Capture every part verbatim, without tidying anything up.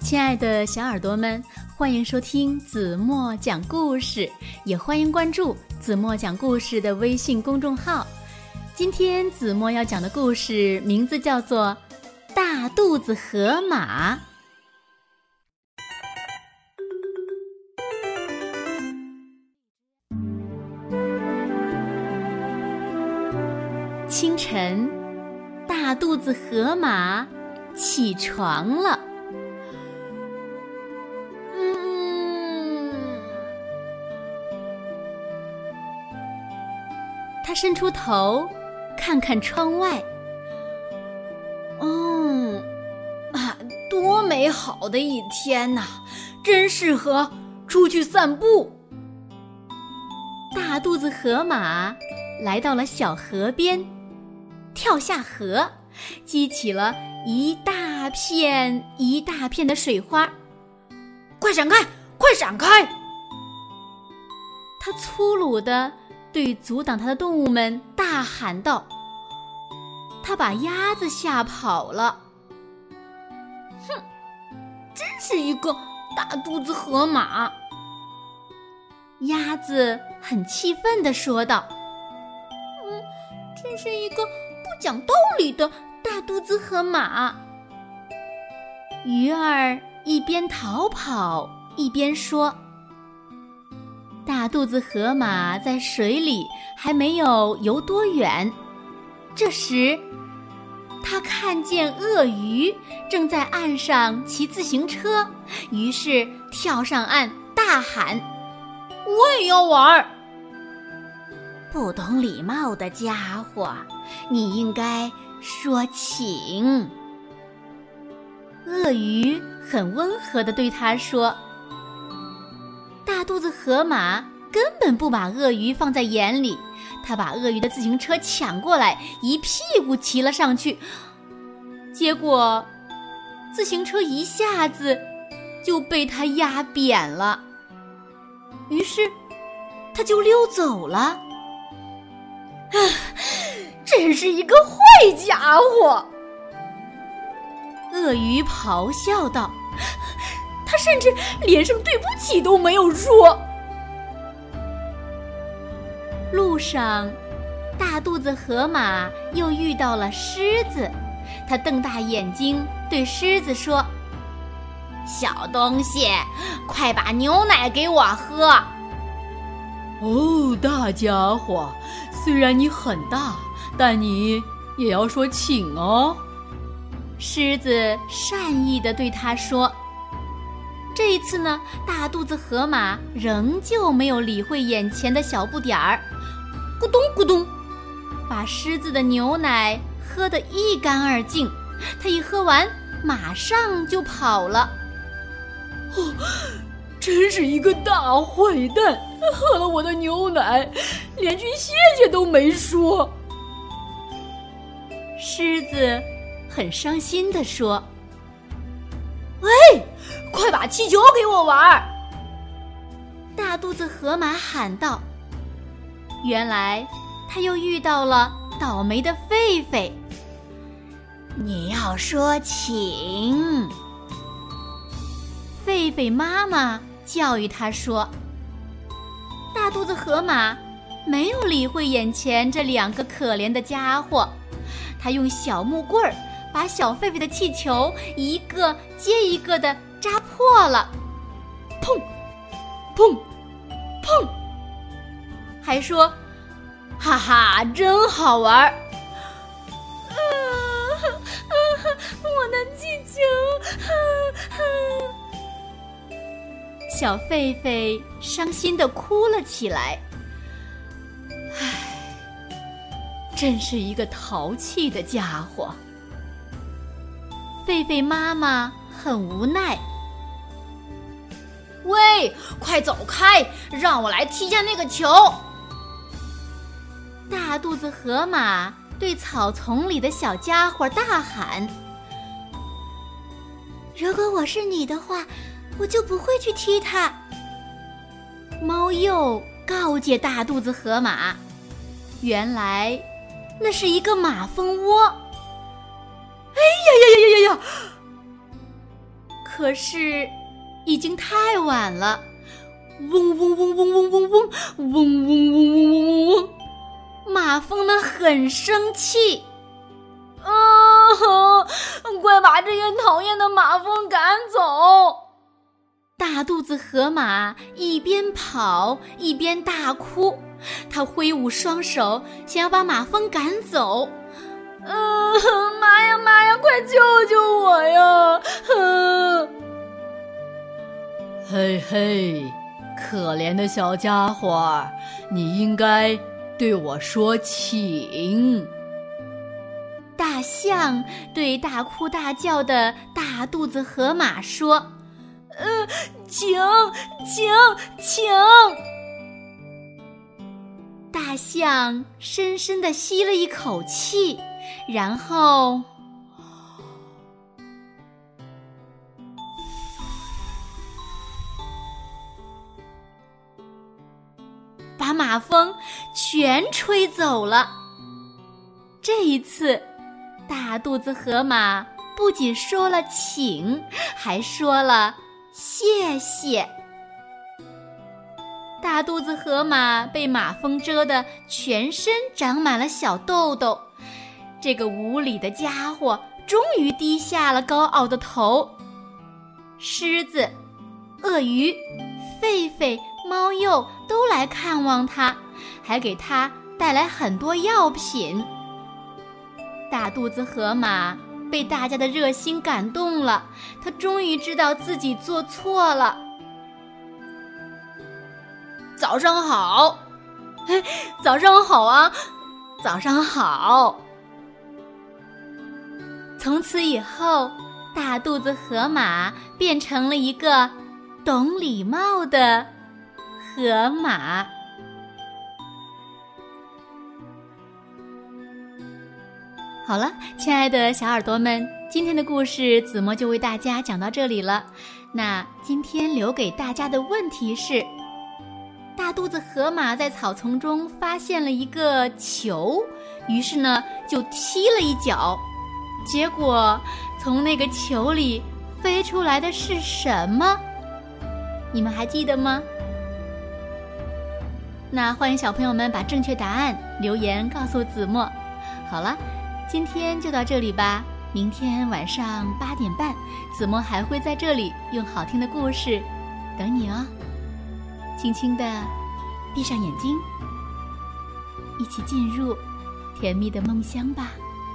亲爱的小耳朵们，欢迎收听子墨讲故事，也欢迎关注子墨讲故事的微信公众号。今天子墨要讲的故事名字叫做《大肚子河马》。清晨，大肚子河马起床了。他伸出头看看窗外，嗯，啊，多美好的一天呐，真适合出去散步。大肚子河马来到了小河边，跳下河，激起了一大片一大片的水花。快闪开，快闪开！他粗鲁地对阻挡他的动物们大喊道，他把鸭子吓跑了。哼，真是一个大肚子河马！鸭子很气愤地说道，嗯，真是一个不讲道理的大肚子河马。鱼儿一边逃跑一边说，大肚子河马在水里还没有游多远，这时他看见鳄鱼正在岸上骑自行车，于是跳上岸大喊，我也要玩！不懂礼貌的家伙，你应该说请。鳄鱼很温和地对他说。大肚子河马根本不把鳄鱼放在眼里，他把鳄鱼的自行车抢过来，一屁股骑了上去，结果自行车一下子就被他压扁了，于是他就溜走了。啊，真是一个坏家伙！鳄鱼咆哮道，他甚至连声对不起都没有说。路上，大肚子河马又遇到了狮子，他瞪大眼睛对狮子说，小东西，快把牛奶给我喝。 哦，大家伙，虽然你很大，但你也要说请哦。 狮子善意地对他说。这一次呢，大肚子河马仍旧没有理会眼前的小不点儿，咕咚咕咚，把狮子的牛奶喝得一干二净。他一喝完，马上就跑了。 哦，真是一个大坏蛋，喝了我的牛奶，连句谢谢都没说。 狮子很伤心地说， 喂，快把气球给我玩！ 大肚子河马喊道。原来他又遇到了倒霉的狒狒。你要说请。狒狒妈妈教育他说。大肚子河马没有理会眼前这两个可怜的家伙，他用小木棍儿把小狒狒的气球一个接一个地扎破了，砰砰砰，还说哈哈真好玩。啊啊，我的气球！啊啊，小狒狒伤心地哭了起来。唉，真是一个淘气的家伙。狒狒妈妈很无奈。喂，快走开，让我来踢下那个球！大肚子河马对草丛里的小家伙大喊，如果我是你的话，我就不会去踢它。猫鼬告诫大肚子河马，原来那是一个马蜂窝。哎呀呀呀呀呀呀！ 可是已经太晚了。嗡嗡嗡嗡嗡嗡嗡嗡嗡嗡嗡嗡嗡嗡嗡，马蜂们很生气。 啊！快把这些讨厌的马蜂赶走！ 大肚子河马一边跑一边大哭，他挥舞双手，想要把马蜂赶走。 嗯、呃，妈呀妈呀，快救救我呀！嗯、 嘿嘿，可怜的小家伙，你应该对我说请。 大象对大哭大叫的大肚子河马说： 呃，请请请！ 大象深深地吸了一口气，然后把马蜂全吹走了。这一次，大肚子河马不仅说了请，还说了谢谢。大肚子河马被马蜂蛰得全身长满了小痘痘，这个无礼的家伙终于低下了高傲的头。狮子、鳄鱼、狒狒、猫鼬都来看望他，还给他带来很多药品。大肚子河马被大家的热心感动了，他终于知道自己做错了。 早上好，哎，早上好啊，早上好。 从此以后，大肚子河马变成了一个懂礼貌的河马。好了，亲爱的小耳朵们，今天的故事子墨就为大家讲到这里了。那今天留给大家的问题是，大肚子河马在草丛中发现了一个球，于是呢就踢了一脚，结果从那个球里飞出来的是什么？你们还记得吗？那欢迎小朋友们把正确答案留言告诉子墨。好了，今天就到这里吧，明天晚上八点半，子墨还会在这里用好听的故事等你哦。轻轻地闭上眼睛，一起进入甜蜜的梦乡吧。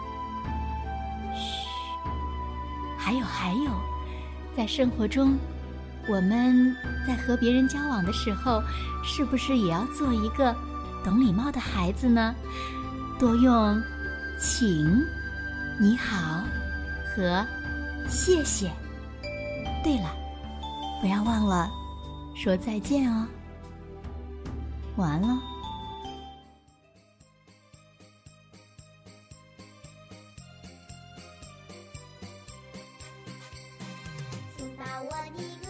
嘘，还有还有，在生活中，我们在和别人交往的时候，是不是也要做一个懂礼貌的孩子呢？多用请、你好和谢谢。对了，不要忘了说再见哦。晚安喽。 请把我的